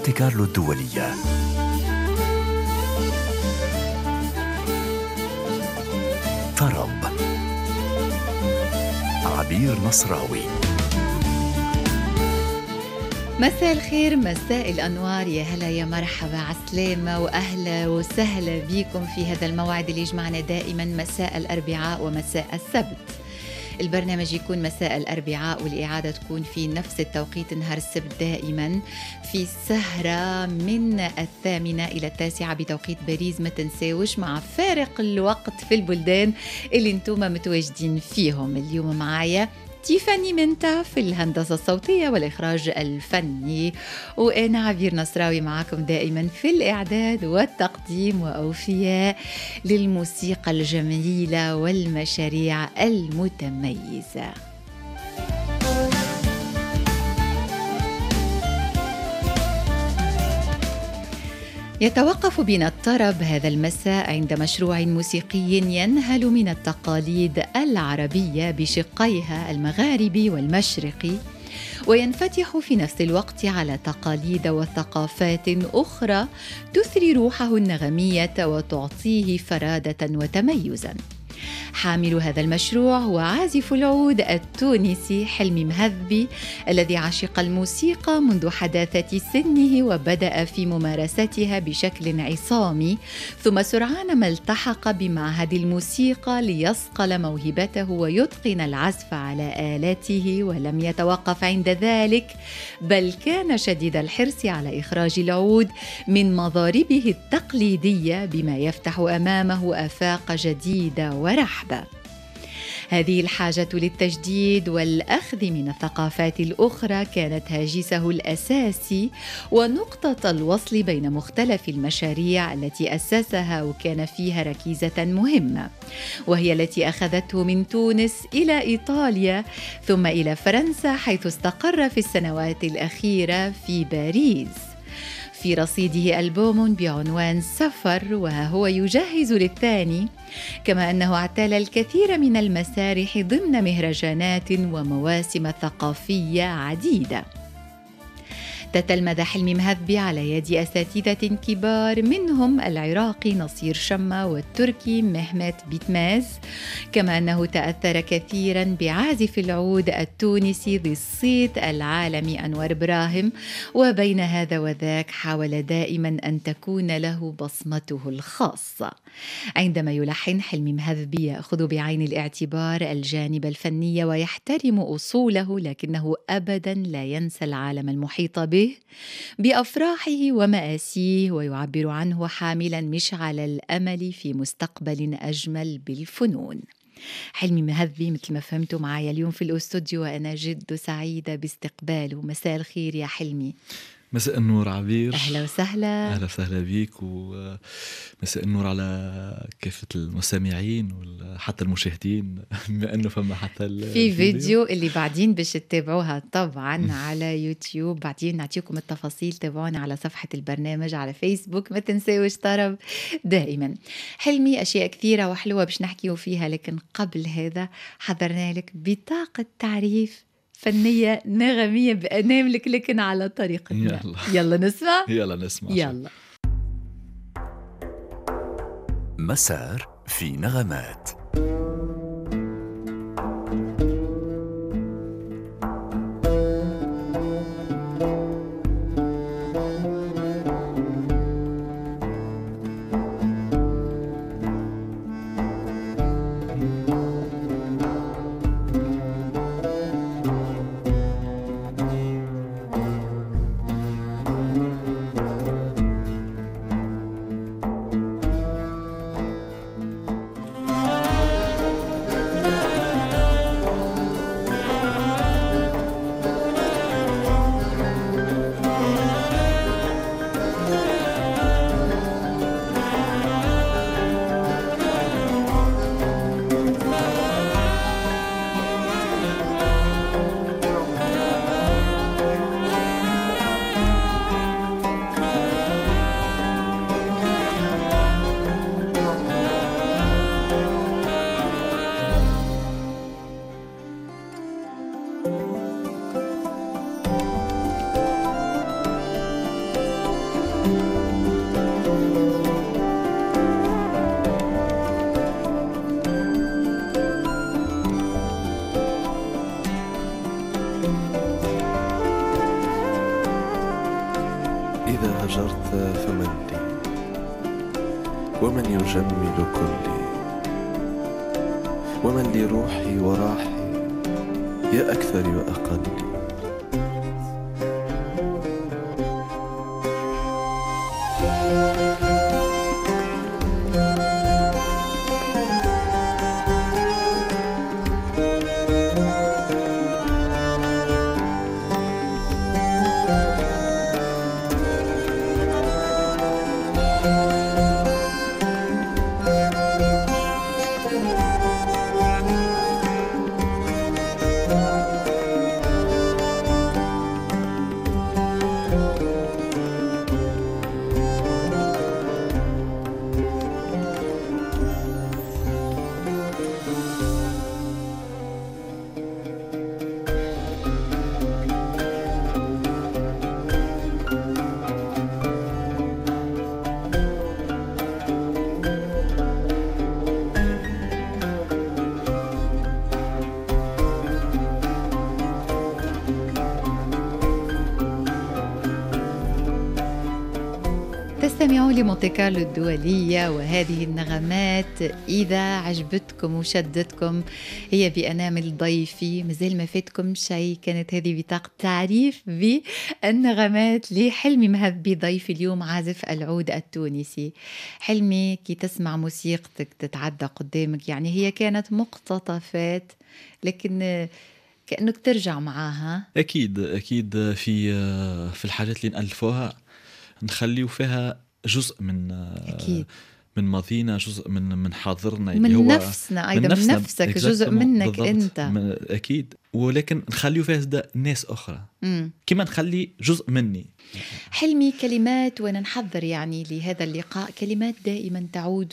مونتي كارلو الدولية. طرب عبير نصراوي. مساء الخير، مساء الأنوار، يا هلا يا مرحبا، عسلامة وأهلا وسهلا بكم في هذا الموعد اللي يجمعنا دائما مساء الأربعاء ومساء السبت. البرنامج يكون مساء الأربعاء والإعادة تكون في نفس التوقيت نهار السبت، دائما في سهرة من 8 إلى 9 بتوقيت باريس. ما تنساوش مع فارق الوقت في البلدان اللي انتم متواجدين فيهم. اليوم معايا تيفاني منتا في الهندسة الصوتية والإخراج الفني، وأنا عبير نصراوي معكم دائما في الإعداد والتقديم، وأوفياء للموسيقى الجميلة والمشاريع المتميزة. يتوقف بنا الطرب هذا المساء عند مشروع موسيقي ينهل من التقاليد العربية بشقيها المغاربي والمشرقي، وينفتح في نفس الوقت على تقاليد وثقافات أخرى تثري روحه النغمية وتعطيه فرادة وتميزاً. حامل هذا المشروع هو عازف العود التونسي حلمي مهذبي، الذي عشق الموسيقى منذ حداثة سنه وبدأ في ممارستها بشكل عصامي، ثم سرعان ما التحق بمعهد الموسيقى ليصقل موهبته ويتقن العزف على آلاته، ولم يتوقف عند ذلك، بل كان شديد الحرص على إخراج العود من مضاربه التقليدية بما يفتح أمامه آفاق جديدة ورحبة. هذه الحاجة للتجديد والأخذ من الثقافات الأخرى كانت هاجسه الأساسي ونقطة الوصل بين مختلف المشاريع التي أسسها وكان فيها ركيزة مهمة، وهي التي أخذته من تونس إلى إيطاليا ثم إلى فرنسا، حيث استقر في السنوات الأخيرة في باريس. في رصيده ألبوم بعنوان سفر، وهو يجهز للثاني، كما أنه اعتال الكثير من المسارح ضمن مهرجانات ومواسم ثقافية عديدة. تتلمذ حلمي مهذبي على يد أساتذة كبار، منهم العراقي نصير شمة والتركي مهمت بيتماز، كما أنه تأثر كثيرا بعازف العود التونسي ذي الصيت العالمي أنور إبراهيم، وبين هذا وذاك حاول دائما أن تكون له بصمته الخاصة. عندما يلحن حلمي مهذبي يأخذ بعين الاعتبار الجانب الفني ويحترم أصوله، لكنه أبدا لا ينسى العالم المحيط به بأفراحه ومآسيه، ويعبر عنه حاملا مشعل الأمل في مستقبل أجمل بالفنون. حلمي مهذبي مثل ما فهمتوا معايا اليوم في الأستوديو، وأنا جد سعيدة باستقباله. مساء الخير يا حلمي. مساء النور عبير. أهلا وسهلا. أهلا وسهلا بيك، ومساء النور على كافة المستمعين وحتى المشاهدين، بما أنه فما حتى في فيديو اللي بعدين باش تتابعوها طبعا على يوتيوب، بعدين نعطيكم التفاصيل. تابعونا على صفحة البرنامج على فيسبوك، ما تنسوش طرب دائما. حلمي أشياء كثيرة وحلوة باش نحكيو فيها، لكن قبل هذا حضرنا لك بطاقة تعريف فنية نغمية بأناملك، لكن على طريقتنا. يلا نسمع. يلا نسمع. يلا. مسار في نغمات. يجمل كلي، ومن لي روحي وراحي يا أكثر وأقل. تستمعون لمونتي كارلو الدولية، وهذه النغمات إذا عجبتكم وشدتكم هي بأنامل ضيفي. مازال ما فاتكم شيء، كانت هذه بطاقة تعريف بالنغمات لحلمي مهبي ضيفي اليوم، عازف العود التونسي. حلمي، كي تسمع موسيقتك تتعدى قدامك، يعني هي كانت مقتطفات لكن كأنك ترجع معاها. أكيد في الحاجات اللي نألفوها نخليو فيها جزء من أكيد. من ماضينا، جزء من حاضرنا، من اللي هو نفسنا أيضا، من نفسك، جزء منك أنت. أكيد، ولكن نخليو فيها ناس أخرى كما نخلي جزء مني. حلمي، كلمات، وأنا نحضر يعني لهذا اللقاء، كلمات دائما تعود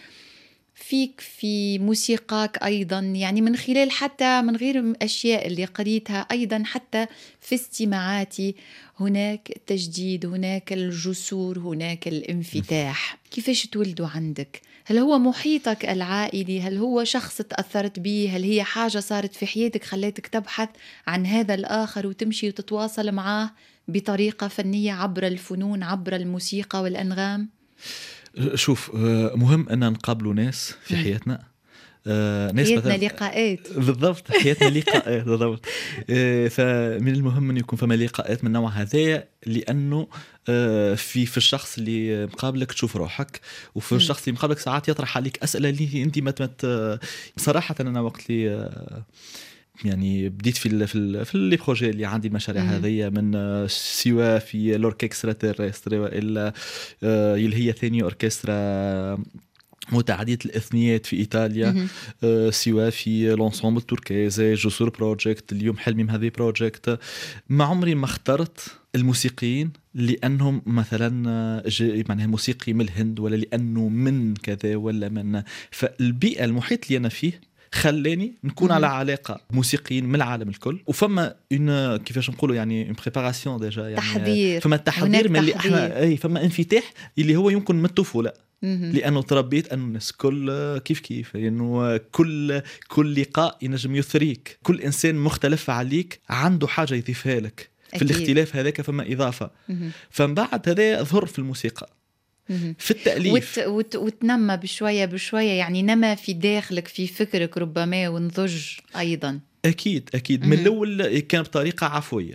فيك في موسيقاك أيضا، يعني من خلال حتى من غير الأشياء اللي قريتها، أيضا حتى في استماعاتي هناك تجديد، هناك الجسور، هناك الانفتاح. كيفاش تولدوا عندك؟ هل هو محيطك العائلي؟ هل هو شخص تأثرت به؟ هل هي حاجة صارت في حياتك خليتك تبحث عن هذا الآخر وتمشي وتتواصل معاه بطريقة فنية عبر الفنون، عبر الموسيقى والأنغام؟ شوف، مهم أن نقابلوا ناس في حياتنا، ناس حياتنا لقاءات. بالضبط، حياتنا لقاءات بالضبط. فمن المهم أن يكون فما لقاءات من نوع هذايا، لأنه في الشخص اللي مقابلك تشوف روحك، وفي الشخص اللي مقابلك ساعات يطرح عليك أسئلة اللي أنت ما صراحة. أنا وقت اللي يعني بديت في لي بروجي اللي عندي، المشاريع هذه من سواء في لوركسترا تيرستري والا اللي هي ثاني اوركسترا متعددة الإثنيات في إيطاليا، سواء في لونسومبل تركيزي، جسور بروجكت، اليوم حلمي هذه بروجكت. ما عمري ما اخترت الموسيقيين لأنهم مثلا معناها موسيقي من الهند، ولا لأنه من كذا ولا من، فالبيئة المحيط اللي أنا فيه خلاني نكون على علاقة موسيقيين من العالم الكل. وفما كيفاش نقولوا يعني ان بريباراسيون ديجا، يعني تحضير، فما التحضير من اللي احنا فما انفتاح اللي هو يمكن من الطفولة، لأنه تربيت أنه الناس كل كيف إنه كل لقاء ينجم يثريك، كل إنسان مختلف عليك عنده حاجة يضيفها لك. في الاختلاف هذاك فما إضافة. فمن بعد هذا ظهر في الموسيقى، في التأليف، وتنمى بشوية بشوية، يعني نما في داخلك، في فكرك ربما، ونضج أيضا. أكيد. من الأول كان بطريقة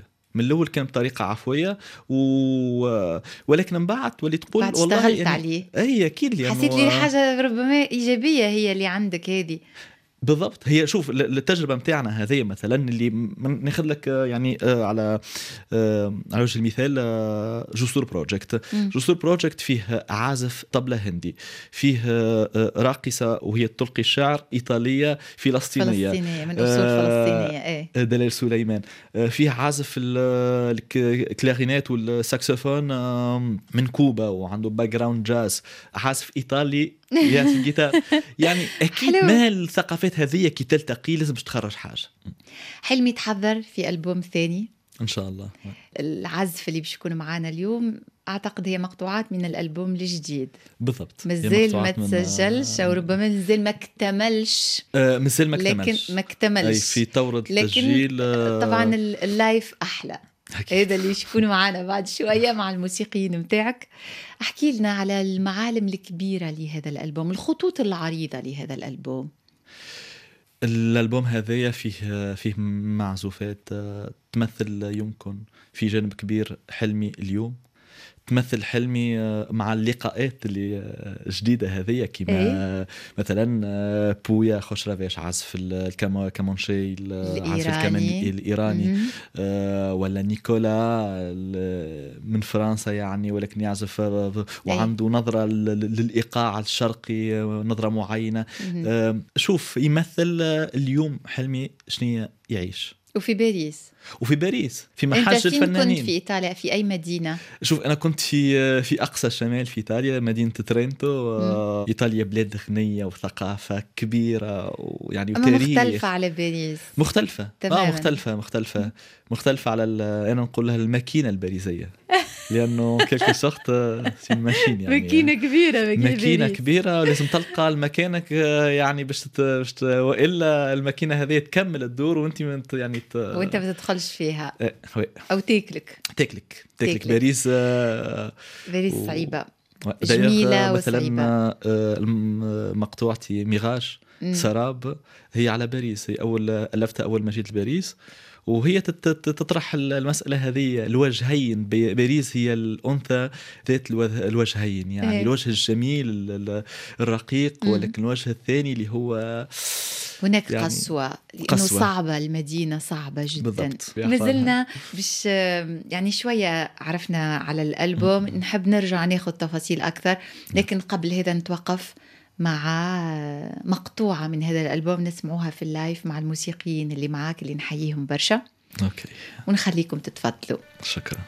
عفوية، ولكن من بعد وليت تقول والله اشتغلت عليه. أي أكيد، حسيت لي حاجة ربما إيجابية هي اللي عندك هذه. بالضبط. هي شوف التجربة متاعنا هذه مثلا اللي ناخذ لك يعني على وجه المثال جسور بروجكت فيه عازف طبلة هندي، فيه راقصة وهي تلقي الشعر إيطالية فلسطينية من أصول فلسطينية، دلال سليمان، فيه عازف الكلارينات والساكسوفون من كوبا وعنده باك جراوند جاز، عازف إيطالي يعزف الجيتار. يعني أكيد ما الثقافات هذه كي تلتقي لازم تخرج حاجة. حلمي تحضر في ألبوم ثاني إن شاء الله. العزف اللي بيكون معانا اليوم أعتقد هي مقطوعات من الألبوم الجديد. بالضبط. مازال ما تسجلش، أو ربما مازال ما اكتملش. لكن ما اكتملش. أي في طورة التسجيل. طبعا اللايف أحلى. أكيد. هذا اللي يكونوا معنا بعد شوية مع الموسيقيين متاعك. احكي لنا على المعالم الكبيرة لهذا الألبوم، الخطوط العريضة لهذا الألبوم. الألبوم هذايا فيه معزوفات تمثل يمكن في جانب كبير حلمي اليوم، تمثل حلمي مع اللقاءات اللي جديدة هذية كما مثلا بويا خوشرافيش عزف الكمانشي عزف الكماني الإيراني، ولا نيكولا من فرنسا يعني ولكن يعزف وعنده نظرة للإيقاع الشرقي، نظرة معينة. شوف يمثل اليوم حلمي شنية يعيش. وفي باريس في محاج الفنانين. كنت في إيطاليا في أي مدينة؟ شوف أنا كنت في أقصى الشمال في إيطاليا، مدينة ترينتو. إيطاليا بلاد غنية وثقافة كبيرة ويعني وتاريخ. مختلفة على باريس. مختلفة مختلفة على أنا نقول لها الماكينة الباريسية لأنه كيف سخت سي ماشين يعني ماكينة كبيرة ماكينة كبيرة لازم تلقى المكانك يعني باش وإلا الماكينة هذه تكمل الدور وانت يعني وانت ما تدخلش فيها أو تاكلك باريس. باريس صعيبة جميلة مثلا مقطوعتي ميراج سراب هي على باريس، هي ألفتها أول ما جيت لباريس، وهي تطرح المسألة هذه الوجهين. باريس هي الأنثى ذات الوجهين، يعني الوجه الجميل الرقيق ولكن الوجه الثاني اللي هو هناك يعني قسوة لأنه صعبة، المدينة صعبة جدا. بالضبط. نزلنا باش يعني شوية عرفنا على الألبوم، نحب نرجع ناخد تفاصيل أكثر، لكن قبل هذا نتوقف مع مقطوعة من هذا الألبوم نسمعوها في اللايف مع الموسيقيين اللي معاك اللي نحييهم برشا. أوكي. ونخليكم تتفضلوا. شكرا.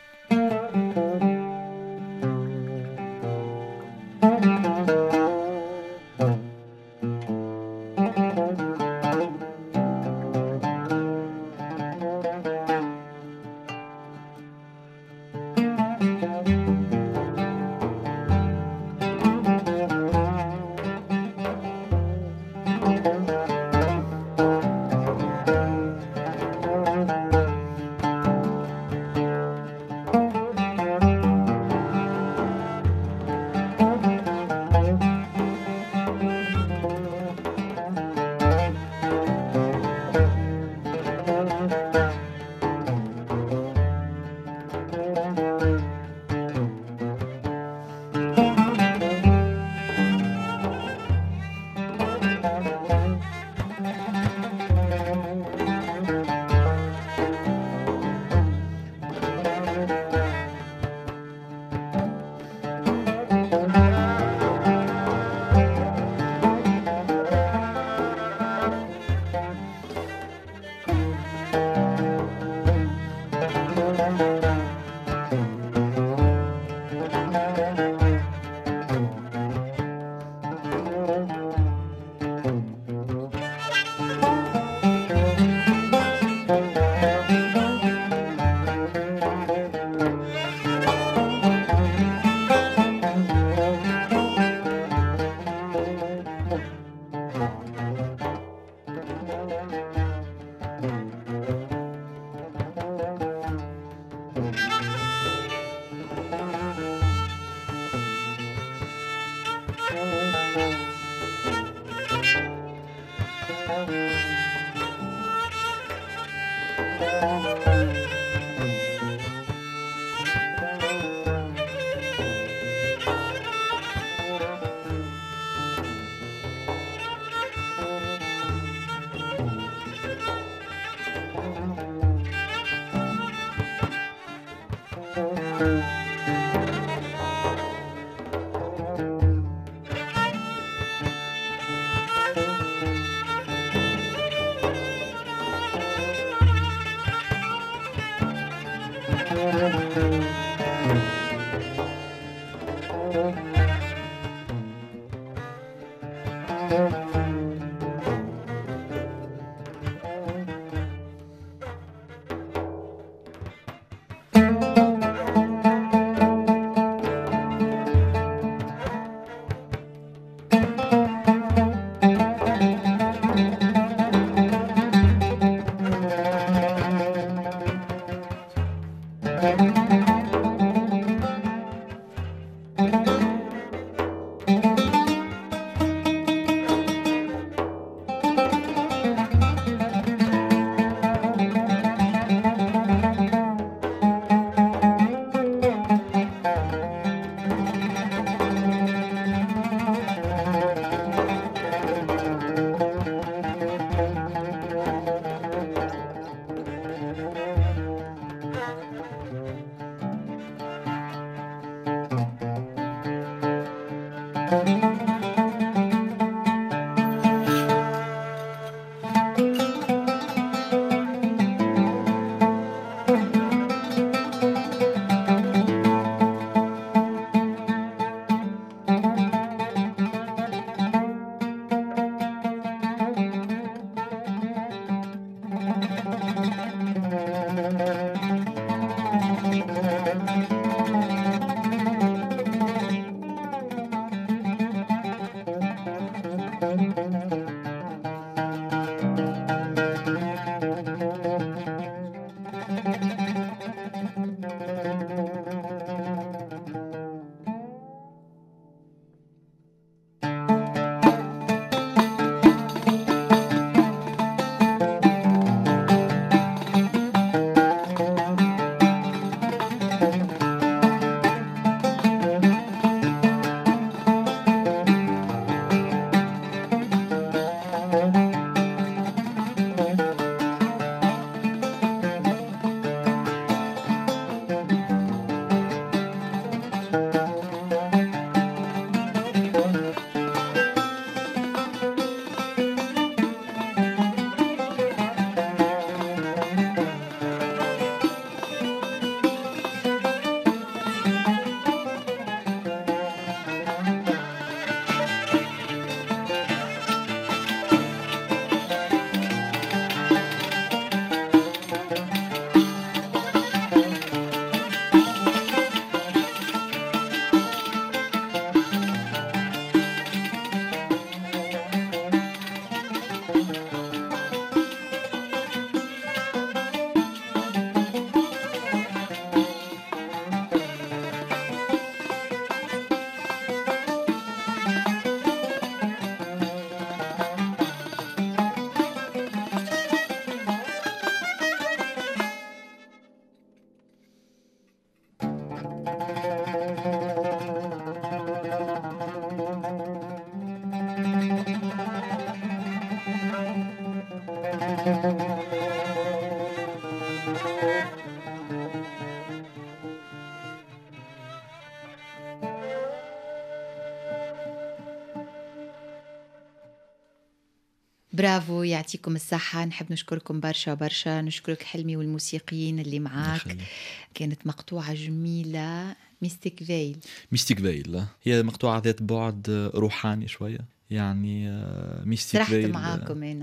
برافو، يعطيكم الصحة. نحب نشكركم برشا برشا. نشكرك حلمي والموسيقيين اللي معاك. كانت مقطوعة جميلة، ميستيك فيل. ميستيك فيل هي مقطوعة ذات بعد روحاني شوية، يعني ميستيك سرحت فيل معاكم أنا.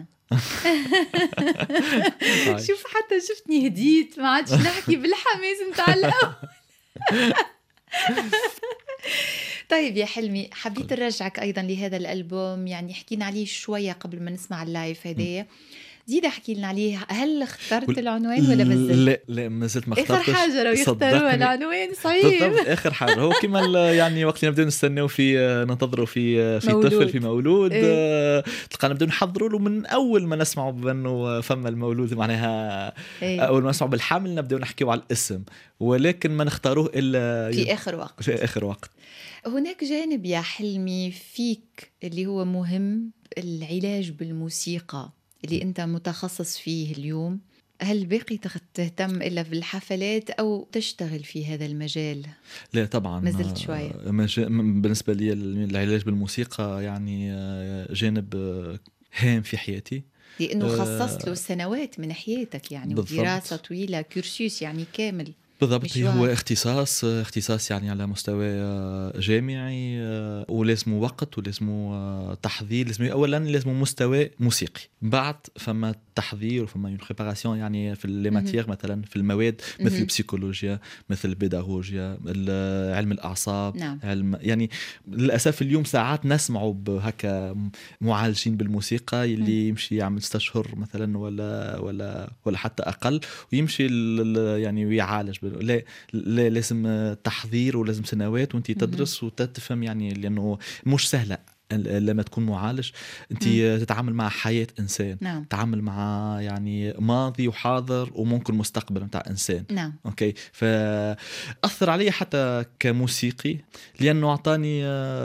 شوف حتى شفتني هديت، ما عادش نحكي بالحماس متاع الأول. طيب يا حلمي، حبيت نرجعك أيضا لهذا الألبوم، يعني حكينا عليه شوية قبل ما نسمع اللايف هدايا. زيد احكي لنا عليه. هل اخترت العنوان ولا مازلت؟ لا مازلت ما اخترتش. اخر حاجه لو يختاروا العنوان صعيب. بالضبط، اخر حاجه هو كما يعني وقت نبداو نستناو في ننتظروا في طفل في مولود، تلقى نبداو نحضروا له من اول ما نسمعوا بانه فما المولود، معناها اول ما نسمعوا بالحمل نبداو نحكيوا على الاسم، ولكن ما نختاروه الا في اخر وقت. في اخر وقت. هناك جانب يا حلمي فيك اللي هو مهم، العلاج بالموسيقى اللي أنت متخصص فيه اليوم. هل باقي تهتم إلا بالحفلات أو تشتغل في هذا المجال؟ لا طبعا ما زلت شوية. بالنسبة لي العلاج بالموسيقى يعني جانب هام في حياتي، لأنه خصصت له سنوات من حياتك يعني، ودراسة طويلة، كورسوس يعني كامل. بالضبط، هو اختصاص يعني على مستوى جامعي، ولازمه وقت ولازمه تحضير، لازمه اولا لازمه مستوى موسيقي، بعد فما تحضير وفما اون بريباراسيون يعني في الماتير، مثلا في المواد مثل البسيكولوجيا، مثل البيداغوجيا، علم الاعصاب. نعم. علم يعني للاسف اليوم ساعات نسمعوا بهكا معالجين بالموسيقى اللي يمشي يعمل 6 أشهر مثلا ولا حتى اقل ويمشي يعني ويعالج. لا لازم تحضير ولازم سنوات وانت تدرس وتفهم، يعني لأنه مش سهلة لما تكون معالج انت تتعامل مع حياة انسان. نعم. تتعامل مع يعني ماضي وحاضر وممكن مستقبل متاع انسان. نعم. اوكي، فاثر علي حتى كموسيقي، لانه اعطاني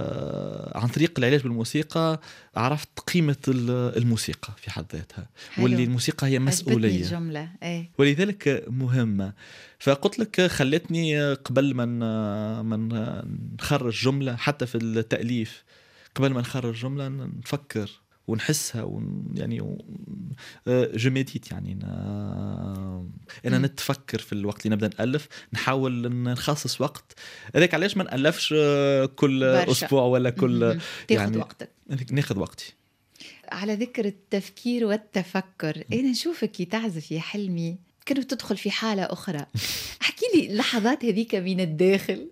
عن طريق العلاج بالموسيقى عرفت قيمة الموسيقى في حد ذاتها. حلو. واللي الموسيقى هي مسؤولية الجملة. ولذلك مهمة. فقلت لك خلتني قبل ما نخرج جملة، حتى في التأليف قبل ما نخرج جملة نفكر ونحسها يعني جميديت، يعني أنا نتفكر في الوقت اللي نبدأ نألف، نحاول نخصص وقت. هذاك علاش ما نألفش كل برشا. أسبوع ولا كل يعني وقتك. ناخذ وقتي. على ذكر التفكير والتفكر، أنا نشوفك تعزف يا حلمي كانوا تدخل في حالة أخرى. احكي لي اللحظات هذيك من الداخل.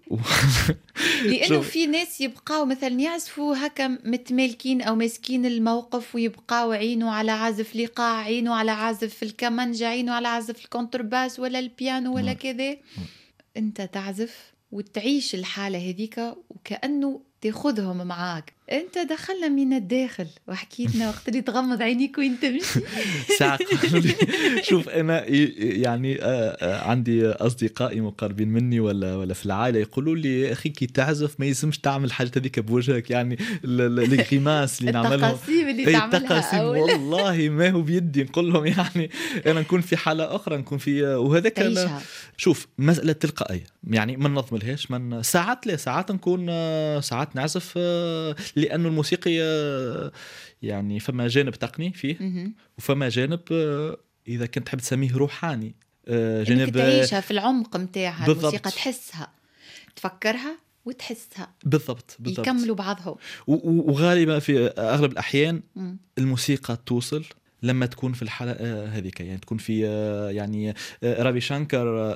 لأنه في ناس يبقاو مثلا يعزفوا هكا متمالكين أو ماسكين الموقف، ويبقاو عينوا على عازف الإيقاع، عينوا على عازف الكمانجا، عينوا على عازف الكونترباس ولا البيانو ولا كذا. أنت تعزف وتعيش الحالة هذيك وكأنه تاخذهم معاك. انت دخلنا من الداخل وحكيتنا وقت اللي تغمض عينيك وين تمشي. ساعة شوف انا يعني عندي اصدقائي مقربين مني ولا في العائله يقولوا لي اخي كي تعزف ما يلزمش تعمل حاجه هذيك بوجهك، يعني الغماس اللي نعملهم، التقاسيم اللي تعملها والله ما هو بيدي. نقول لهم يعني انا نكون في حاله اخرى، نكون في وهذاك شوف مساله تلقائيه، يعني ما ننظملهاش. من ساعات نكون ساعات نعزف لأنه الموسيقى يعني فما جانب تقني فيه وفما جانب إذا كنت تحب تسميه روحاني، جانب تعيشها في العمق متاعها. الموسيقى تحسها، تفكرها وتحسها. بالضبط يكملوا بعضهم. وغالبا في أغلب الأحيان الموسيقى توصل لما تكون في الحالة هذيك، يعني تكون في يعني رابي شانكر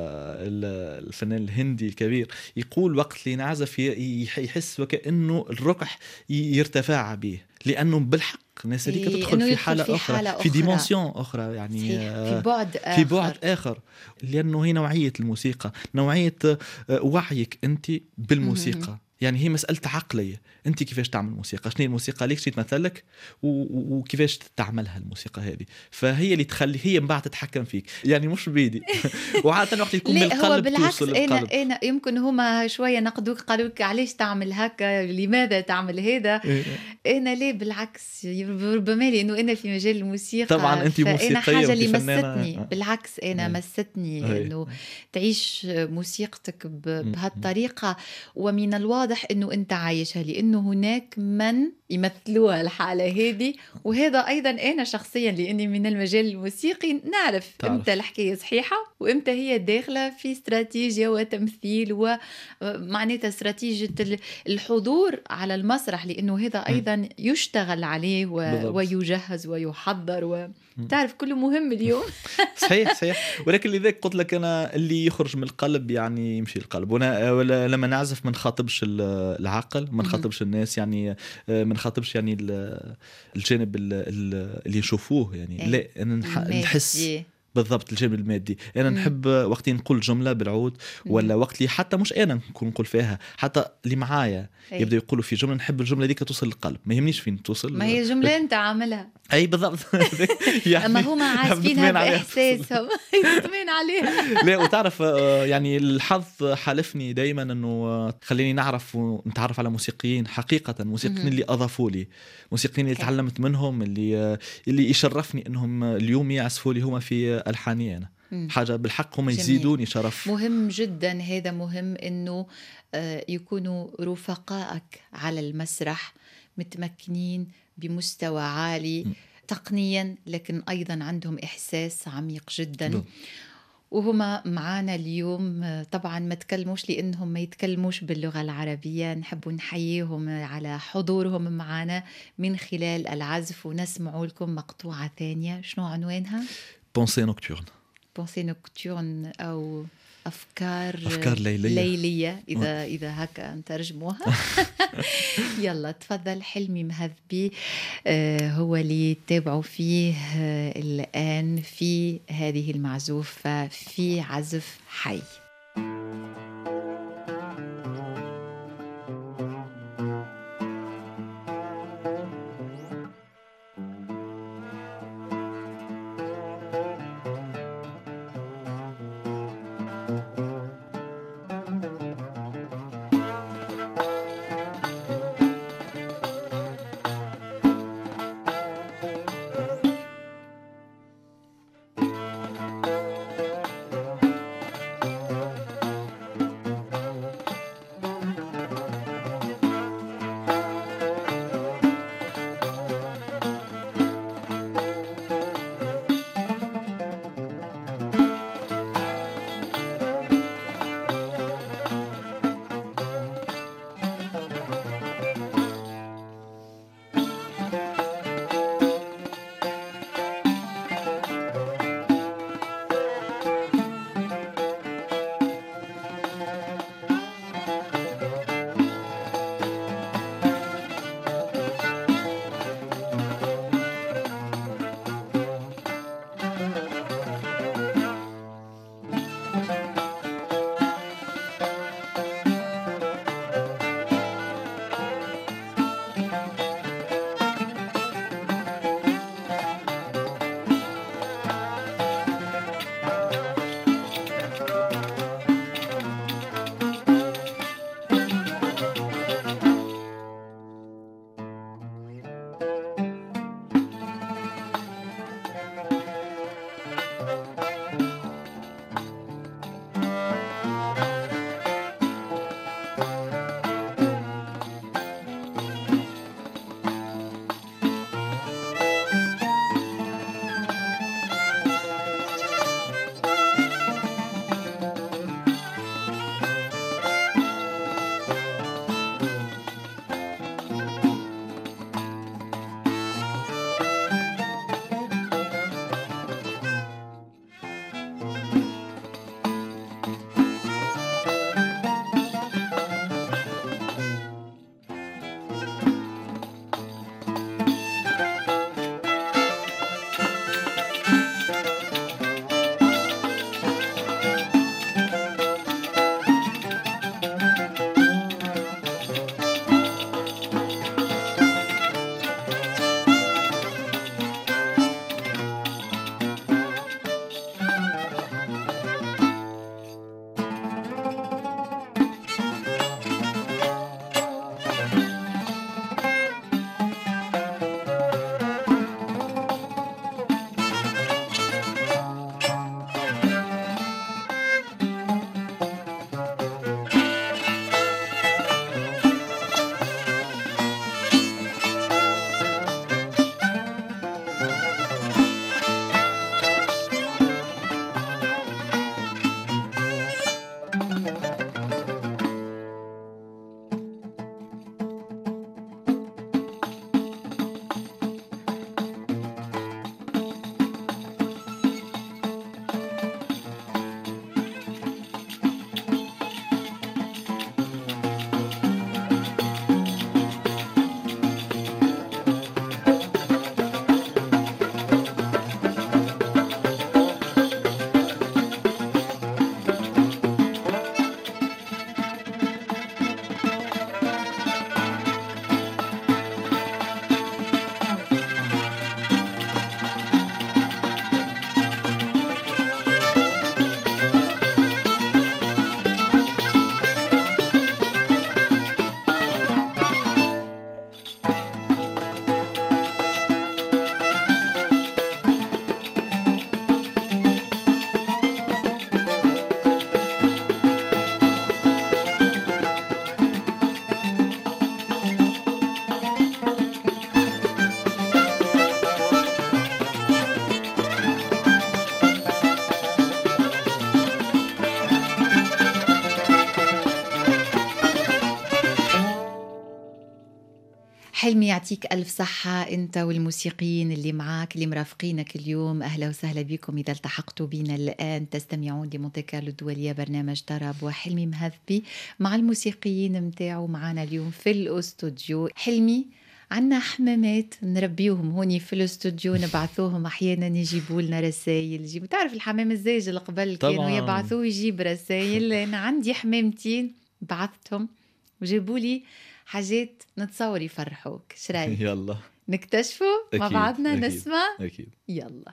الفنان الهندي الكبير يقول وقت اللي نعزف يحس وكأنه الركح يرتفع به، لأنه بالحق الناس هذيك تدخل في حالة أخرى، في ديمنسيون أخرى، يعني في بعد آخر. لأنه هي نوعية الموسيقى، نوعية وعيك أنت بالموسيقى. يعني هي مسألة عقلية، أنت كيفاش تعمل موسيقى، شنو الموسيقى ليك، شنو تمثلك، وكيفاش تعملها الموسيقى هذه. فهي اللي تخلي، هي من بعد تتحكم فيك، يعني مش بيدي. وعادة وقت يكون من لا هو القلب بالعكس، توصل القلب. أنا يمكن هما شوية نقدوك، قالوا لك علاش تعمل هكا، لماذا تعمل هذا. أنا ليه بالعكس، ربما لأنه أنا في مجال الموسيقى طبعا أنت فأنا موسيقية حاجة اللي فنانة. مستني، بالعكس أنا مستني أنه تعيش موسيقتك بهالطريقة. ومن الواضح أنه أنت عايشها، لأنه هناك من يمثلوها الحالة هذه. وهذا أيضا أنا شخصيا لأني من المجال الموسيقي نعرف إمتى الحكاية صحيحة وإمتى هي داخلة في استراتيجية وتمثيل، ومعناتها استراتيجية الحضور على المسرح، لأنه هذا أيضا يشتغل عليه ويجهز ويحضر، تعرف كله مهم اليوم. صحيح. ولكن لذلك قلت لك أنا اللي يخرج من القلب يعني يمشي القلب. ولا لما نعزف ما نخاطبش العقل، ما نخاطبش الناس، يعني ما نخاطبش يعني الجانب اللي يشوفوه، يعني لا أنا نحس بالضبط الجانب المادي. أنا نحب وقت نقول جملة بالعود، ولا وقت لي حتى مش أنا نقول فيها، حتى اللي معايا يبدأ يقولوا في جملة، نحب الجملة دي توصل للقلب، ما يهمنيش فين توصل. ما هي جملة أنت عاملها. أي بالضبط. يعني أما هما عازفينها بإحساسهم يطمئن عليها. لا وتعرف يعني الحظ حالفني دايما أنه خليني نعرف ونتعرف على موسيقيين حقيقة، موسيقيين اللي أضافوا لي، موسيقيين اللي تعلمت منهم، اللي يشرفني أنهم اليوم يعزفوا لي هما في ألحاني أنا. حاجة بالحق هم يزيدوني شرف. مهم جدا، هذا مهم أنه يكونوا رفقائك على المسرح متمكنين بمستوى عالي تقنيا، لكن أيضا عندهم إحساس عميق جدا. وهما معانا اليوم طبعا ما تكلموش لأنهم ما يتكلموش باللغة العربية، نحب نحييهم على حضورهم معانا من خلال العزف. ونسمعوا لكم مقطوعة ثانية، شنو عنوانها؟ بونسي نوكتورن. بونسي نوكتورن أو أفكار ليلية إذا هكا نترجموها. يلا تفضل حلمي مهذبي، هو اللي تابعوا فيه الآن في هذه المعزوفة في عزف حي. حلمي يعطيك ألف صحة أنت والموسيقيين اللي معاك اللي مرافقينك اليوم. أهلا وسهلا بكم إذا التحقتوا بنا الآن. تستمعون لمونتي كارلو الدولية، برنامج طرب، وحلمي مهذبي مع الموسيقيين متاعو معنا اليوم في الأستوديو. حلمي، عنا حمامات نربيوهم هوني في الاستوديو، نبعثوهم احيانا يجيبوا لنا رسائل. تعرف الحمام الزاج اللي قبل كانوا يبعثوه يجيب رسائل. انا عندي حمامتين بعثتهم وجابوا لي حاجات نتصور يفرحوك. شرايك يلا نكتشفوا مع بعضنا؟ نسمع أكيد. يلا.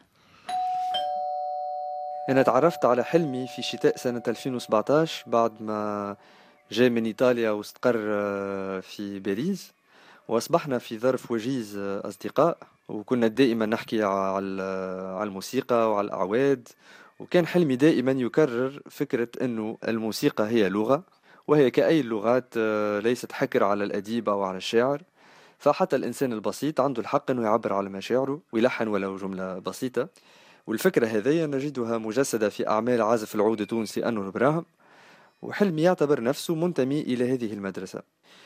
أنا تعرفت على حلمي في شتاء سنة 2017 بعد ما جاء من إيطاليا واستقر في باريس، وأصبحنا في ظرف وجيز أصدقاء، وكنا دائما نحكي على الموسيقى وعلى الأعواد. وكان حلمي دائما يكرر فكرة أنه الموسيقى هي لغة، وهي كأي اللغات ليست حكر على الأديب أو على الشاعر، فحتى الإنسان البسيط عنده الحق أنه يعبر على مشاعره ويلحن ولو جملة بسيطة. والفكرة هذه نجدها مجسدة في أعمال عازف العود التونسي أنور براهم، وحلمي يعتبر نفسه منتمي إلى هذه المدرسة.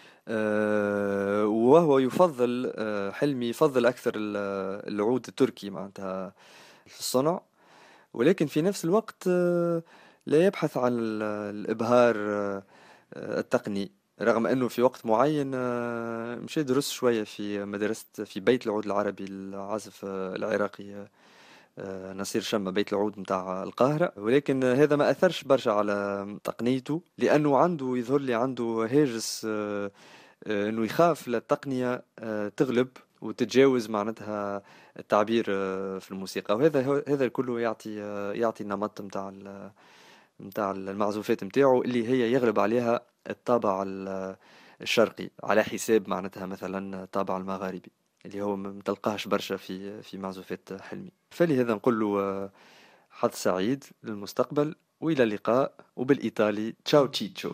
وهو يفضل حلمي يفضل أكثر العود التركي معناتها في الصنع، ولكن في نفس الوقت لا يبحث عن الإبهار التقني، رغم أنه في وقت معين مشى درس شوية في مدرسة في بيت العود العربي العازف العراقي نصير شمة، بيت العود متاع القاهرة، ولكن هذا ما أثرش برشا على تقنيته، لأنه عنده يظهر لي عنده هاجس أنه يخاف للتقنية تغلب وتتجاوز معناتها التعبير في الموسيقى. وهذا كله يعطي النمط متاع المعزوفات متاعه اللي هي يغلب عليها الطابع الشرقي على حساب معناتها مثلا الطابع المغاربي اللي هو متلقاهش برشا في معزوفات حلمي. فلهذا نقول له حظ سعيد للمستقبل وإلى اللقاء، وبالإيطالي تشاو تشيتشو.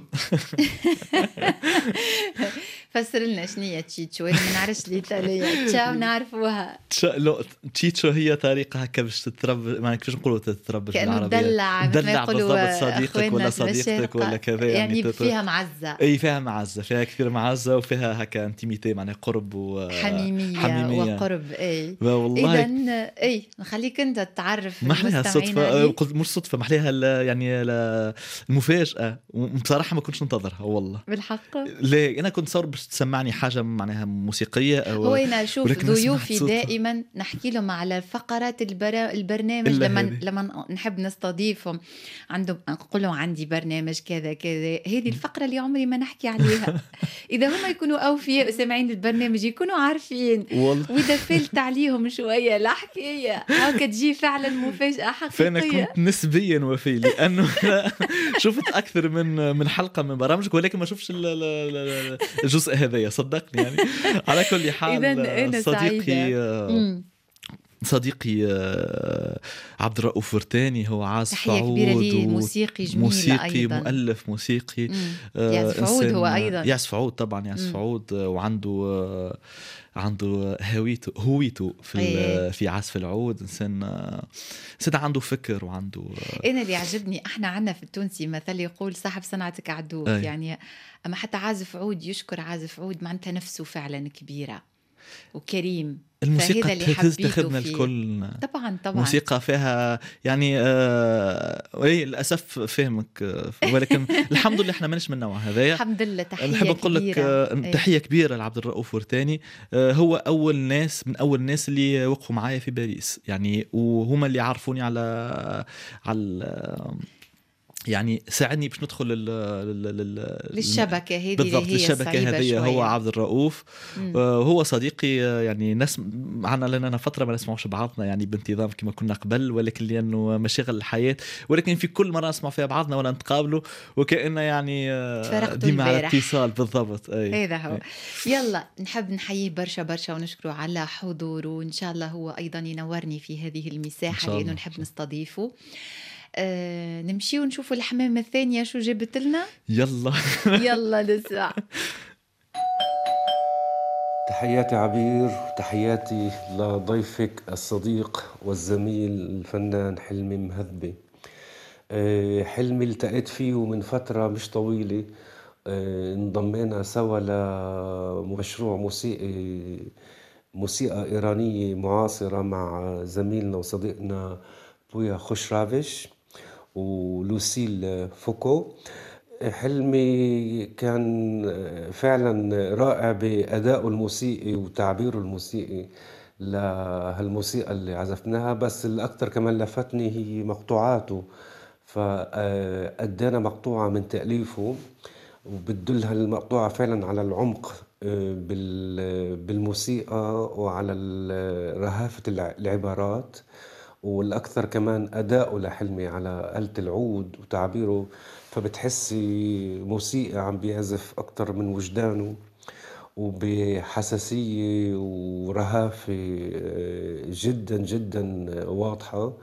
فسر لنا شنية تشيتشو، أنا ما نعرفش الإيطالية. تشاو نعرفوها. تشيتشو هي طريقة هكا باش تترب، ما كيفاش نقولوا تترب بالعربية، دلع بالضبط صديقك ولا صديقتك ولا كذا، يعني فيها معزة. اي فيها معزة، فيها كثير معزة، وفيها هكا انتيميتي معناها قرب وحميمية وقرب. اي والله إذن اي نخليك انت تعرف محليها الصدفة، قلت مش صدفة، محليها يعني المفاجأة، وبصراحة ما كنتش ننتظرها والله بالحق. ليه أنا كنت صار باش تسمعني حاجة معناها موسيقية أو هو أنا أشوف ضيوفي دائما نحكي لهم على فقرات البرنامج لما نحب نستضيفهم، عندهم نقول لهم عندي برنامج كذا كذا، هذه الفقرة اللي عمري ما نحكي عليها. إذا هم يكونوا أوفياء سامعين البرنامج يكونوا عارفين، وإذا فلت عليهم شوية الحكاية هاكا تجي فعلا مفاجأة حقيقية. فأنا كنت نسبيا وفي، لأنه شفت أكثر من حلقة من برامجك، ولكن ما شفتش الجزء هذايا صدقني يعني. على كل حال صديقي عبد الرؤوف فرتاني هو عازف عود، موسيقي جميل، موسيقي أيضاً. مؤلف موسيقي، يعزف عود هو أيضا، يعزف عود طبعا، يعزف عود، وعنده هويته في عزف العود. إنسان عنده فكر وعنده. أنا اللي عجبني احنا عنا في التونسي مثل يقول صاحب صنعتك عدوك، يعني أما حتى عازف عود يشكر عازف عود معناتها نفسه فعلا كبيرة وكريم. الموسيقى تستخدمنا الكل طبعا موسيقى فيها يعني للأسف فهمك، ولكن الحمد لله احنا منش من نوع هذايا. الحمد لله. تحية نحب نقول لك تحية كبيرة لعبد الرؤوف فرتاني. هو أول ناس اللي وقفوا معايا في باريس يعني، وهما اللي عرفوني على يعني ساعدني باش ندخل للشبكة هذه. بالضبط، الشبكة هذه هو عبد الرؤوف. هو صديقي يعني، ناس معنا لنا فترة ما نسمعوش بعضنا يعني بانتظام كما كنا قبل، ولكن لأنه مشاغل الحياة، ولكن في كل مرة نسمع فيها بعضنا ولا نتقابلوا وكأننا يعني ديما على اتصال. بالضبط هذا هو. يلا نحب نحييه برشا ونشكره على حضوره، وإن شاء الله هو أيضا ينورني في هذه المساحة لأنه نحب نستضيفه. نمشي ونشوفوا الحمامة الثانية شو جبت لنا. يلا نسمع. تحياتي عبير، وتحياتي لضيفك الصديق والزميل الفنان حلمي مهذبي. حلمي التقيت فيه من فترة مش طويلة، انضمينا سوا لمشروع موسيقى إيرانية معاصرة مع زميلنا وصديقنا بويا خوشرافيش ولوسيل فوكو. حلمي كان فعلا رائع بأدائه الموسيقي وتعبيره الموسيقي لهالموسيقى اللي عزفناها، بس الأكثر كمان لفتني هي مقطوعاته. فأدينا مقطوعة من تأليفه، وبتدل هالمقطوعة فعلا على العمق بالموسيقى وعلى رهافة العبارات، والأكثر كمان أداؤه لحلمي على آلة العود وتعبيره، فبتحسي موسيقى عم بيعزف أكتر من وجدانه وبحساسية ورهافة جدا جدا واضحة.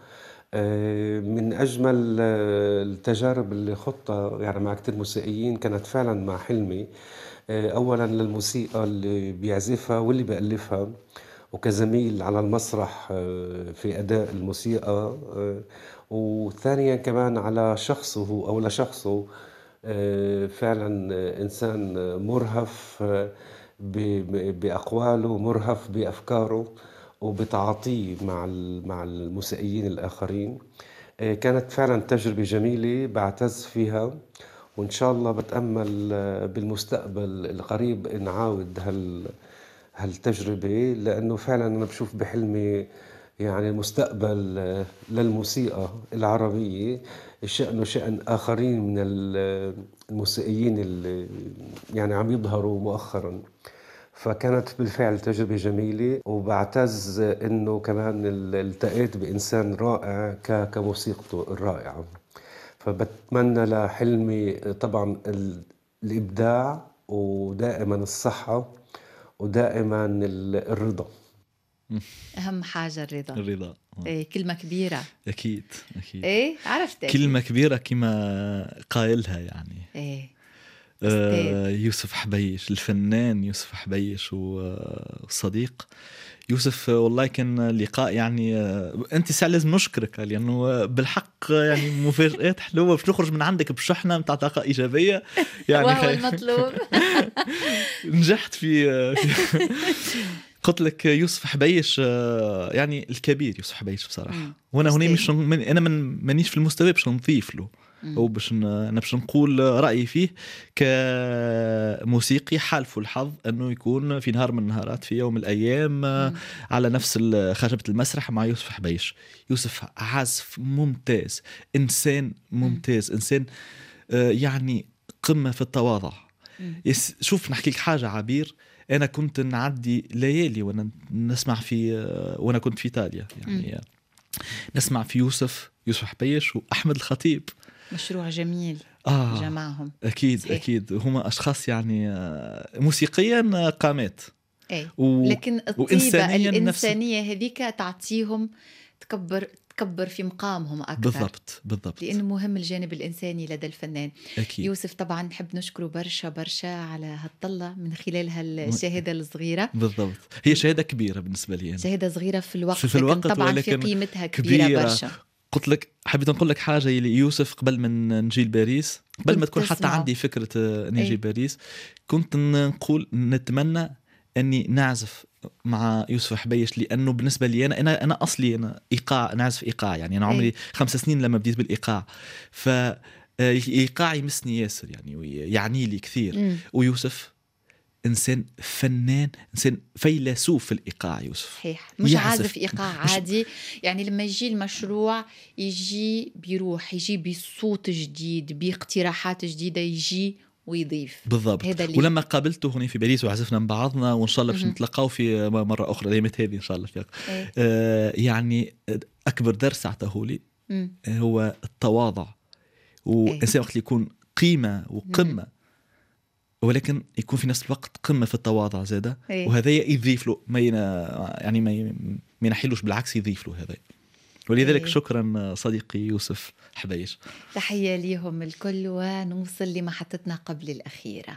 من أجمل التجارب اللي خضتها يعني مع كتير موسيقيين كانت فعلا مع حلمي. أولا للموسيقى اللي بيعزفها واللي بألفها، وكزميل على المسرح في أداء الموسيقى، وثانيا كمان على شخصه أو لشخصه. فعلا إنسان مرهف بأقواله، مرهف بأفكاره وبتعاطيه مع الموسيقيين الآخرين. كانت فعلا تجربة جميلة بعتز فيها، وإن شاء الله بتأمل بالمستقبل القريب نعاود هالتجربة، لأنه فعلا أنا بشوف بحلمي يعني مستقبل للموسيقى العربية، شأنه شأن آخرين من الموسيقيين اللي يعني عم يظهروا مؤخرا. فكانت بالفعل تجربة جميلة، وبعتز إنه كمان التقيت بإنسان رائع كموسيقته الرائعة. فبتمنى لحلمي طبعا الإبداع، ودائما الصحة، ودائما الرضا. أهم حاجة الرضا. الرضا إيه، كلمة كبيرة. أكيد أكيد. إيه عرفت كلمة كبيرة كما قائلها يعني. إيه. يوسف حبيش، الفنان يوسف حبيش وصديق يوسف. والله كان لقاء يعني انت ساعة لازم نشكرك، لانه بالحق يعني مفاجآت حلوه باش نخرج من عندك بشحنه متاع طاقه ايجابيه يعني. وهو المطلوب. نجحت في قلت لك يوسف حبيش يعني الكبير يوسف حبيش بصراحه. وانا هنا مش انا مانيش في المستوى باش نضيف له أو أنا باش نقول رأيي فيه كموسيقي. حالفه الحظ أنه يكون في نهار من النهارات في يوم من الأيام على نفس خشبة المسرح مع يوسف حبيش. يوسف عازف ممتاز، إنسان ممتاز، إنسان يعني قمة في التواضع. شوف نحكي لك حاجة عبير، أنا كنت نعدي ليالي وأنا نسمع وأنا كنت في إيطاليا يعني نسمع في يوسف حبيش وأحمد الخطيب. مشروع جميل جمعهم. أكيد صحيح. أكيد هما أشخاص يعني موسيقيا قامات. لكن الطيبة الإنسانية هذيك تعطيهم تكبر في مقامهم أكثر. بالضبط. لأنه مهم الجانب الإنساني لدى الفنان. أكيد. يوسف طبعا نحب نشكره برشا على هالطلة من خلال هالشهادة الصغيرة. بالضبط، هي شهادة كبيرة بالنسبة لي أنا. شهادة صغيرة في الوقت طبعا في قيمتها كبيرة برشا. قلت لك حبيت نقول لك حاجة يوسف، قبل من نجي لباريس، قبل ما تكون حتى عندي فكرة نجي باريس، كنت نقول نتمنى أني نعزف مع يوسف حبيش، لأنه بالنسبة لي أنا أصلي أنا إيقاع، نعزف إيقاع يعني. أنا عمري 5 سنين لما بديت بالإيقاع، فإيقاع يمسني ياسر يعني ويعني لي كثير. ويوسف إنسان فنان، إنسان فيلسوف في الإيقاع. يوسف صحيح، مش عازف إيقاع عادي يعني. لما يجي المشروع يجي بيروح، يجي بصوت جديد، باقتراحات جديدة، يجي ويضيف. بالضبط. ولما قابلته هنا في باريس وعزفنا مع بعضنا، وإن شاء الله باش نتلاقاو في مرة أخرى ديمت هذه إن شاء الله فيك. يعني أكبر درس أعطاه لي هو التواضع، وإنسان وقت يكون قيمة وقمة ولكن يكون في نفس الوقت قمة في التواضع زادة. وهذا يضيف له يعني ما ينحيلوش، بالعكس يضيف له هذا. ولذلك شكرا صديقي يوسف حبيش. تحية ليهم الكل، ونوصل لمحطتنا قبل الأخيرة.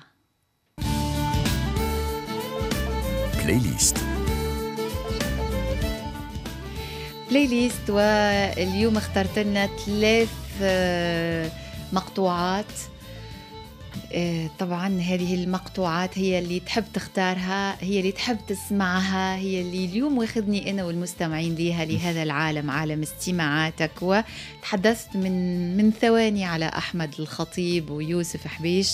بلاي ليست. واليوم اخترت لنا 3 مقطوعات طبعا هذه المقطوعات هي اللي تحب تختارها، هي اللي تحب تسمعها، هي اللي اليوم واخذني أنا والمستمعين ليها لهذا العالم، عالم استماعاتك. وتحدثت من ثواني على أحمد الخطيب ويوسف حبيش.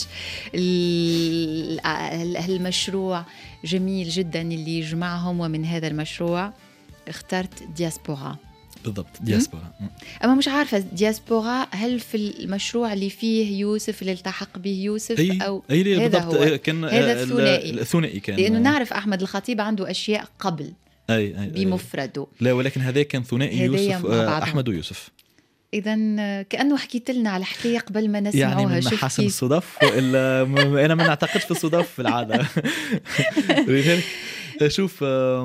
المشروع جميل جدا اللي يجمعهم، ومن هذا المشروع اخترت دياسبورا. بالضبط، دياسبورا. أما مش عارفة دياسبورا هل في المشروع اللي فيه يوسف اللي التحق به يوسف أو هذا هو كان هذا الثنائي كان، لأنه نعرف أحمد الخطيب عنده أشياء قبل أي بمفرده. لا، ولكن هذا كان ثنائي يوسف أحمد ويوسف. إذن كأنه حكيت لنا على حكاية قبل ما نسمعوها. يعني من محاسن الصدف أنا ما نعتقدش في الصدف في العادة. شوف،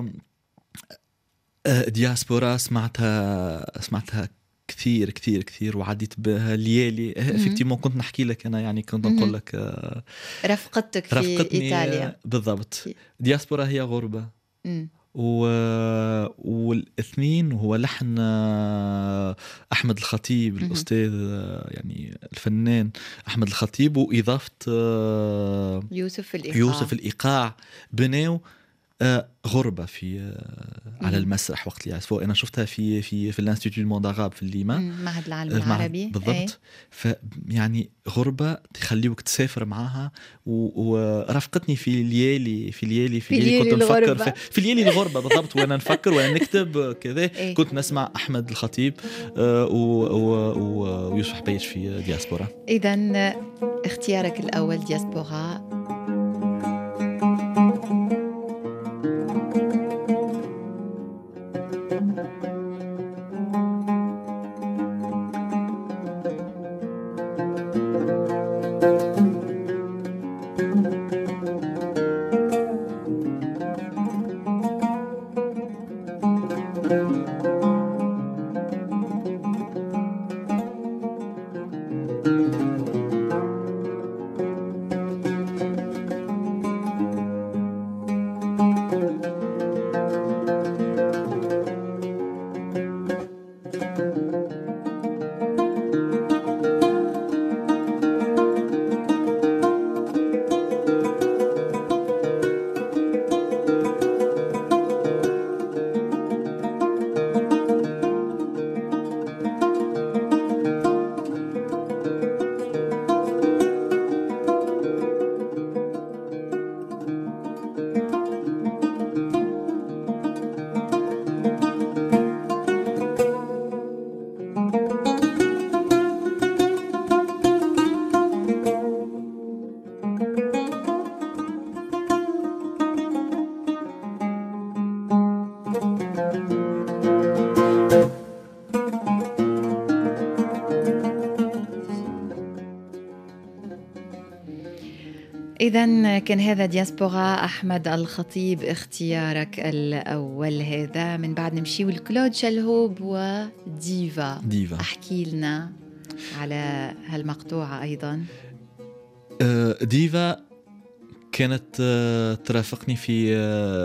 دياسبورا سمعتها كثير كثير كثير، وعديت بها ليالي. افكتيمون كنت نحكي لك أنا، يعني كنت نقول لك رفقتك في إيطاليا. بالضبط. دياسبورا هي غربة، والاثنين هو لحن أحمد الخطيب الأستاذ، يعني الفنان أحمد الخطيب، وإضافة يوسف الإيقاع بناو غربة في على المسرح وقت اللي يعزفوا. أنا شفتها في الانستيتوت المونداغاب في الليمة، معهد العالم العربي. بالضبط. فيعني غربة تخليوك تسافر معها، ورافقتني في ليالي كنت نفكر في ليالي الغربة. بالضبط، وأنا نفكر وأنا نكتب كذا كنت نسمع أحمد الخطيب ويوسف حبيش في دياسبورا. إذن اختيارك الأول دياسبورا. إذن كان هذا دياسبورا أحمد الخطيب اختيارك الأول. هذا من بعد نمشي لكلود شلهوب وديفا. أحكي لنا على هالمقطوعة أيضا. ديفا كانت ترافقني في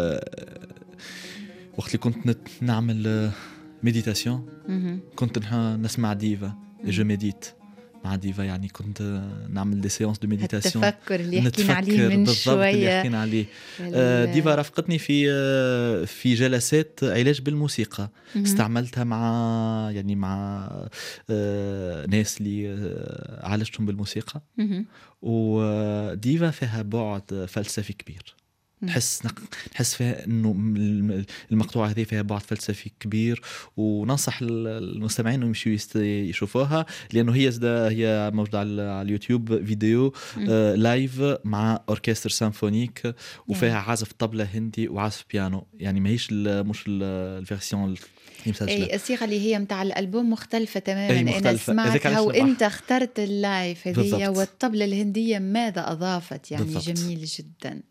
وقت اللي كنت نعمل ميديتاسيون. كنت نسمع ديفا، جو ميديت مع ديفا. يعني كنت نعمل دي سيونس دو ميديتاسيون، التفكر اللي حكينا عليه من شوية. ديفا رافقتني في جلسات علاج بالموسيقى. استعملتها مع ناس اللي عالجتهم بالموسيقى. وديفا فيها بعد فلسفي كبير. نحس فيها انه المقطوعه هذه فيها بعد فلسفي كبير، وننصح المستمعين انهم يمشوا يشوفوها، لانه هي موجوده على اليوتيوب فيديو لايف مع اوركستر سيمفونيك، وفيها عازف طبلة هندي وعازف بيانو. يعني ماهيش مش الفيرسيون اي الصيغه اللي هي متاع الالبوم مختلفه تماما. انا سمعتها وانت اخترت اللايف هذه، والطبلة الهنديه ماذا اضافت، يعني بالضبط. جميل جدا.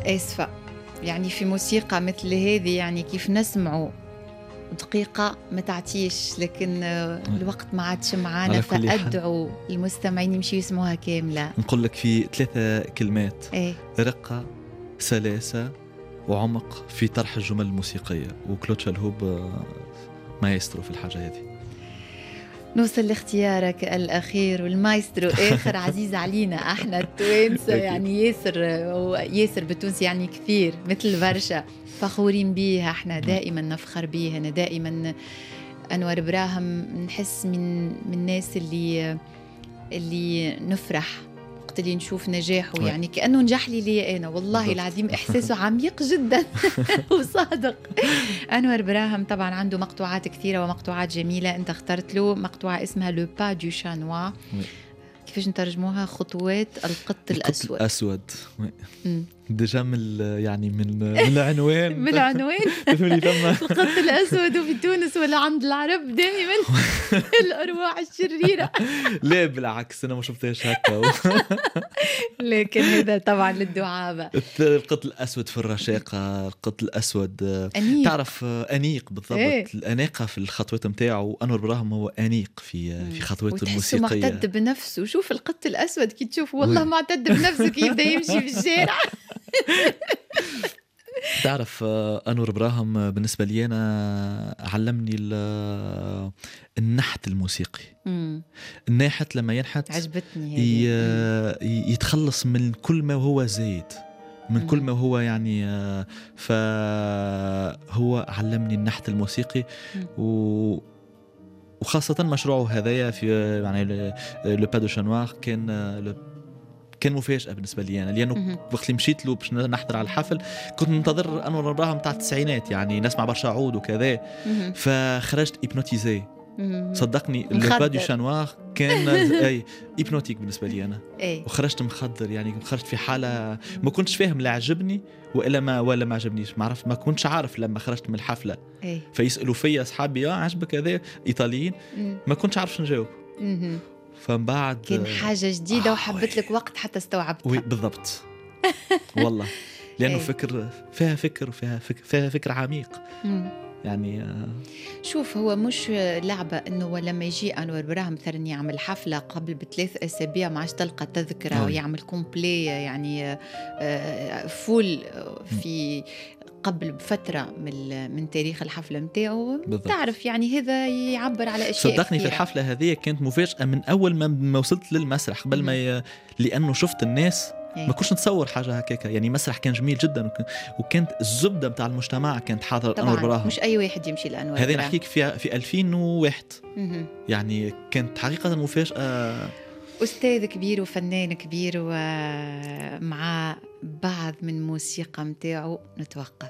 آسفة، يعني في موسيقى مثل هذه يعني كيف نسمعوا دقيقة ما تعطيش، لكن الوقت ما عادش معانا، على كل حال. فأدعو المستمعين يمشي يسمعوها كاملة. نقول لك في 3 كلمات: إيه رقة، سلاسة، وعمق في طرح الجمل الموسيقية. وكلود شلهوب مايسترو في الحاجة هذه. نوصل لاختيارك الأخير والمايسترو آخر عزيز علينا احنا التوانسة، يعني ياسر بالتونسي يعني كثير مثل برشا، فخورين بيها احنا، دائما نفخر بيها. أنا دائما أنور براهم نحس من الناس اللي نفرح وقت اللي نشوف نجاحه، يعني كأنه نجح لي أنا، والله العظيم إحساسه عميق جدا وصادق. أنور براهم طبعا عنده مقطوعات كثيرة ومقطوعات جميلة. أنت اخترت له مقطوعة اسمها لو با دو شانوا، كيفاش نترجموها؟ خطوات القط الأسود. الأسود ديجا من العنوان من العنوان القط الأسود وفي تونس ولا عند العرب دائما الأرواح الشريرة. لا بالعكس، أنا ما شفتهاش هكا. لكن هذا طبعا للدعابة. القط الأسود في الرشاقة، القط الأسود أنيق. تعرف أنيق بالضبط. إيه؟ الأناقة في الخطوات متاعه. أنور براهم هو أنيق في خطوات الموسيقية، معتد بنفسه. شوف القط الأسود كي تشوف والله معتد بنفسه كي يبدأ يمشي في الشارع. تعرف أنور براهم بالنسبة لي أنا علمني النحت الموسيقي. الناحت لما ينحت عجبتني يتخلص من كل ما هو زايد، من كل ما هو يعني فهو علمني النحت الموسيقي. وخاصة مشروعه هذايا في يعني لو با دو شانوار كان مفاجأة بالنسبة لي أنا، لأنه وقت اللي مشيت له باش نحضر على الحفل كنت منتظر أنور براهم تاع التسعينات، يعني نسمع برشا عود وكذا، فخرجت إيبنوتيزي. صدقني لو با دو شانوار كان إيبنوتيك بالنسبة لي أنا. وخرجت مخدر، يعني خرجت في حالة ما كنتش فاهم لا عجبني ولا ما عجبنيش. ما كنتش عارف لما خرجت من الحفلة فيسألوا فيا أصحابي عجبك هذا إيطاليين، ما كنتش عارف نجاوب. فمن بعد كان حاجة جديدة وحبت لك وقت حتى استوعبتها. بالضبط. والله لأنه فيها فكر عميق. يعني شوف، هو مش لعبة إنه لما يجي أنور براهم مثلا يعمل حفلة قبل ب3 أسابيع ما عادش تلقى تذكرة ويعمل كومبلي يعني فول في قبل بفترة من تاريخ الحفلة متاعه. تعرف يعني هذا يعبر على أشياء صدقني كثيرة. في الحفلة هذه كانت مفاجأة من أول ما وصلت للمسرح، قبل ما لأنه شفت الناس ما كنتش نتصور حاجة هكاكا. يعني مسرح كان جميل جدا، وكانت الزبدة متاع المجتمع كانت حاضر أنور براهم. مش أي واحد يمشي لأنور هذا نحكيك في 2001. يعني كانت حقيقة مفاجأة. أستاذ كبير وفنان كبير، ومع بعض من موسيقى متاعه نتوقف.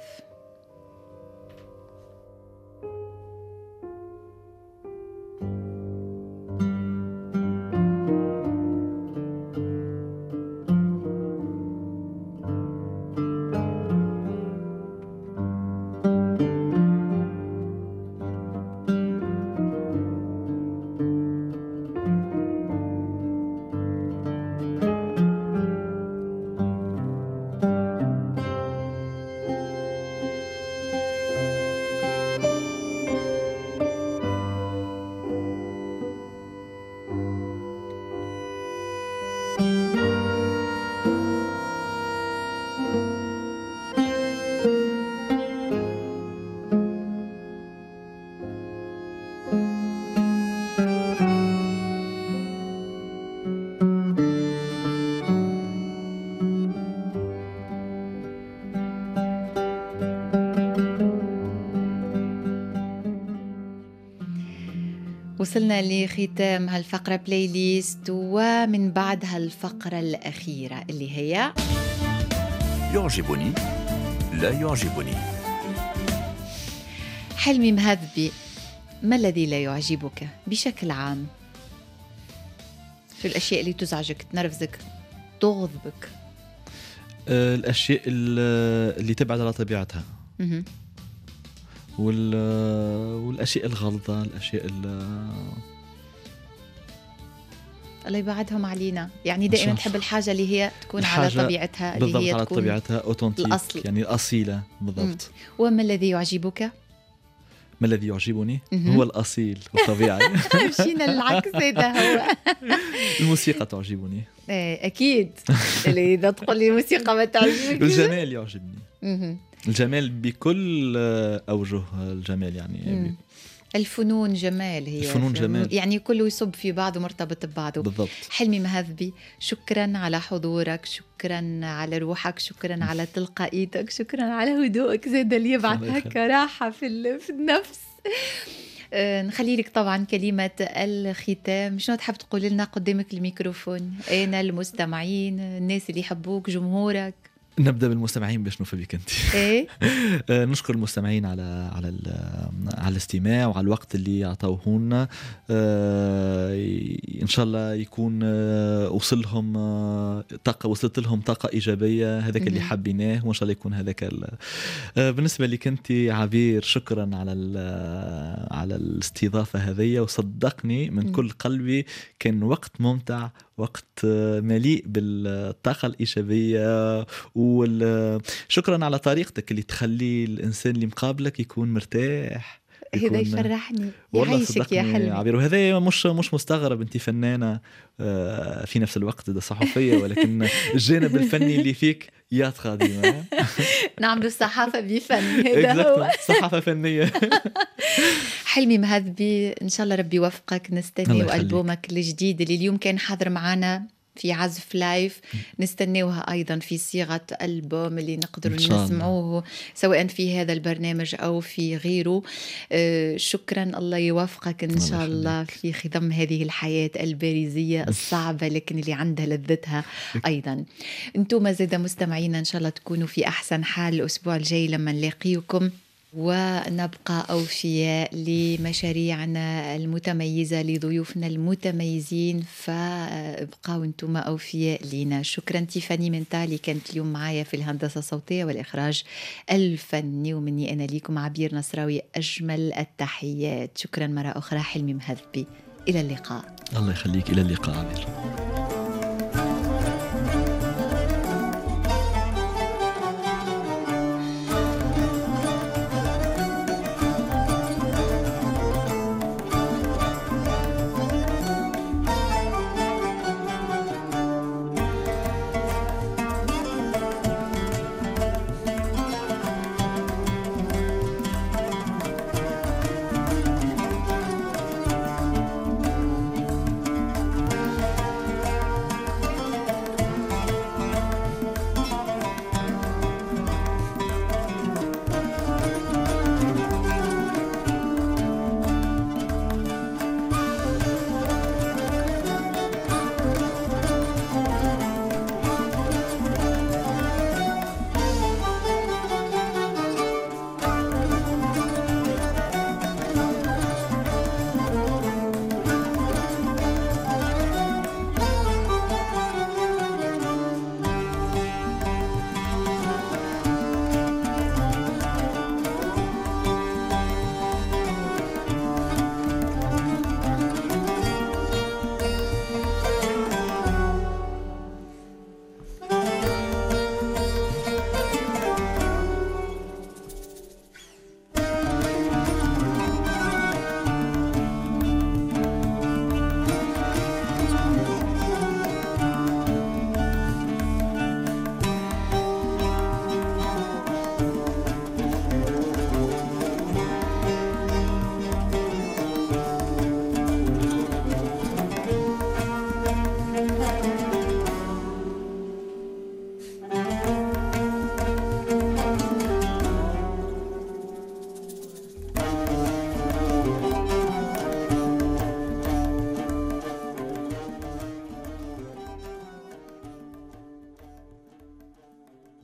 وصلنا لختام هالفقرة بلاي ليست، ومن بعدها الفقرة الأخيرة اللي هي يعجبني لا يعجبني. حلمي مهذبي، ما الذي لا يعجبك بشكل عام؟ في الأشياء اللي تزعجك، تنرفزك، تغضبك؟ الأشياء اللي تبعد على طبيعتها، والأشياء الغلطة، الأشياء الله يبعدهم علينا. يعني دائما شاء تحب الحاجة اللي هي تكون على الحاجة طبيعتها، اللي بالضبط هي على تكون طبيعتها أوتنتيك، الأصل. يعني الأصيلة بالضبط. وما الذي يعجبك؟ ما الذي يعجبني مهم. هو الأصيل والطبيعي. مشينا العكس، هذا هو. الموسيقى تعجبني، أكيد. اللي إذا تقول لي موسيقى ما تعجبك. الجمال يعجبني، مهم. الجمال بكل أوجه الجمال يعني. الفنون جمال، هي الفنون جمال. يعني كله يصب في بعض ومرتبط ببعضه. بالضبط. حلمي مهذبي، شكرا على حضورك، شكرا على روحك، شكرا على تلقائيتك، شكرا على هدوءك زاد اللي يبعث هكا راحة في النفس. نخلي لك طبعا كلمة الختام، شنو تحب تقول لنا قدامك الميكروفون؟ أنا المستمعين، الناس اللي يحبوك، جمهورك. نبدأ بالمستمعين باش نوفي بك أنت. إيه؟ نشكر المستمعين على الاستماع وعلى الوقت اللي عطوهولنا. إن شاء الله يكون وصلت لهم طاقة إيجابية، هذاك اللي حبيناه، وإن شاء الله يكون هذاك. بالنسبة لي كنت عبير، شكرا على الاستضافة هذه، وصدقني من كل قلبي كان وقت ممتع، وقت مليء بالطاقة الإيجابية. وشكرا على طريقتك اللي تخلي الإنسان اللي مقابلك يكون مرتاح. هذا يفرحني، والله يعيشك يا حلمي عبير. وهذا مش مستغرب، انت فنانة في نفس الوقت صحفية، ولكن الجانب الفني اللي فيك يطغى ديما. نعمل الصحافة بفن، هذا هو صحافة فنية. حلمي مهذبي، إن شاء الله ربي يوفقك. نستنى ألبومك الجديد اللي اليوم كان حاضر معنا في عزف لايف، نستناوها أيضا في صيغة ألبوم اللي نقدر نسمعوه سواء في هذا البرنامج أو في غيره. شكرا، الله يوفقك إن شاء الله في خضم هذه الحياة البارزية الصعبة لكن اللي عندها لذتها أيضا. أنتم زاد مستمعين إن شاء الله تكونوا في أحسن حال الأسبوع الجاي لما نلاقيكم، ونبقى أوفياء لمشاريعنا المتميزة لضيوفنا المتميزين، فابقوا أنتم أوفياء لنا. شكرا تيفاني منتالي كانت اليوم معايا في الهندسة الصوتية والإخراج الفني، ومني أنا ليكم عبير نصراوي أجمل التحيات. شكرا مرة أخرى حلمي مهذبي، إلى اللقاء. الله يخليك، إلى اللقاء عبير.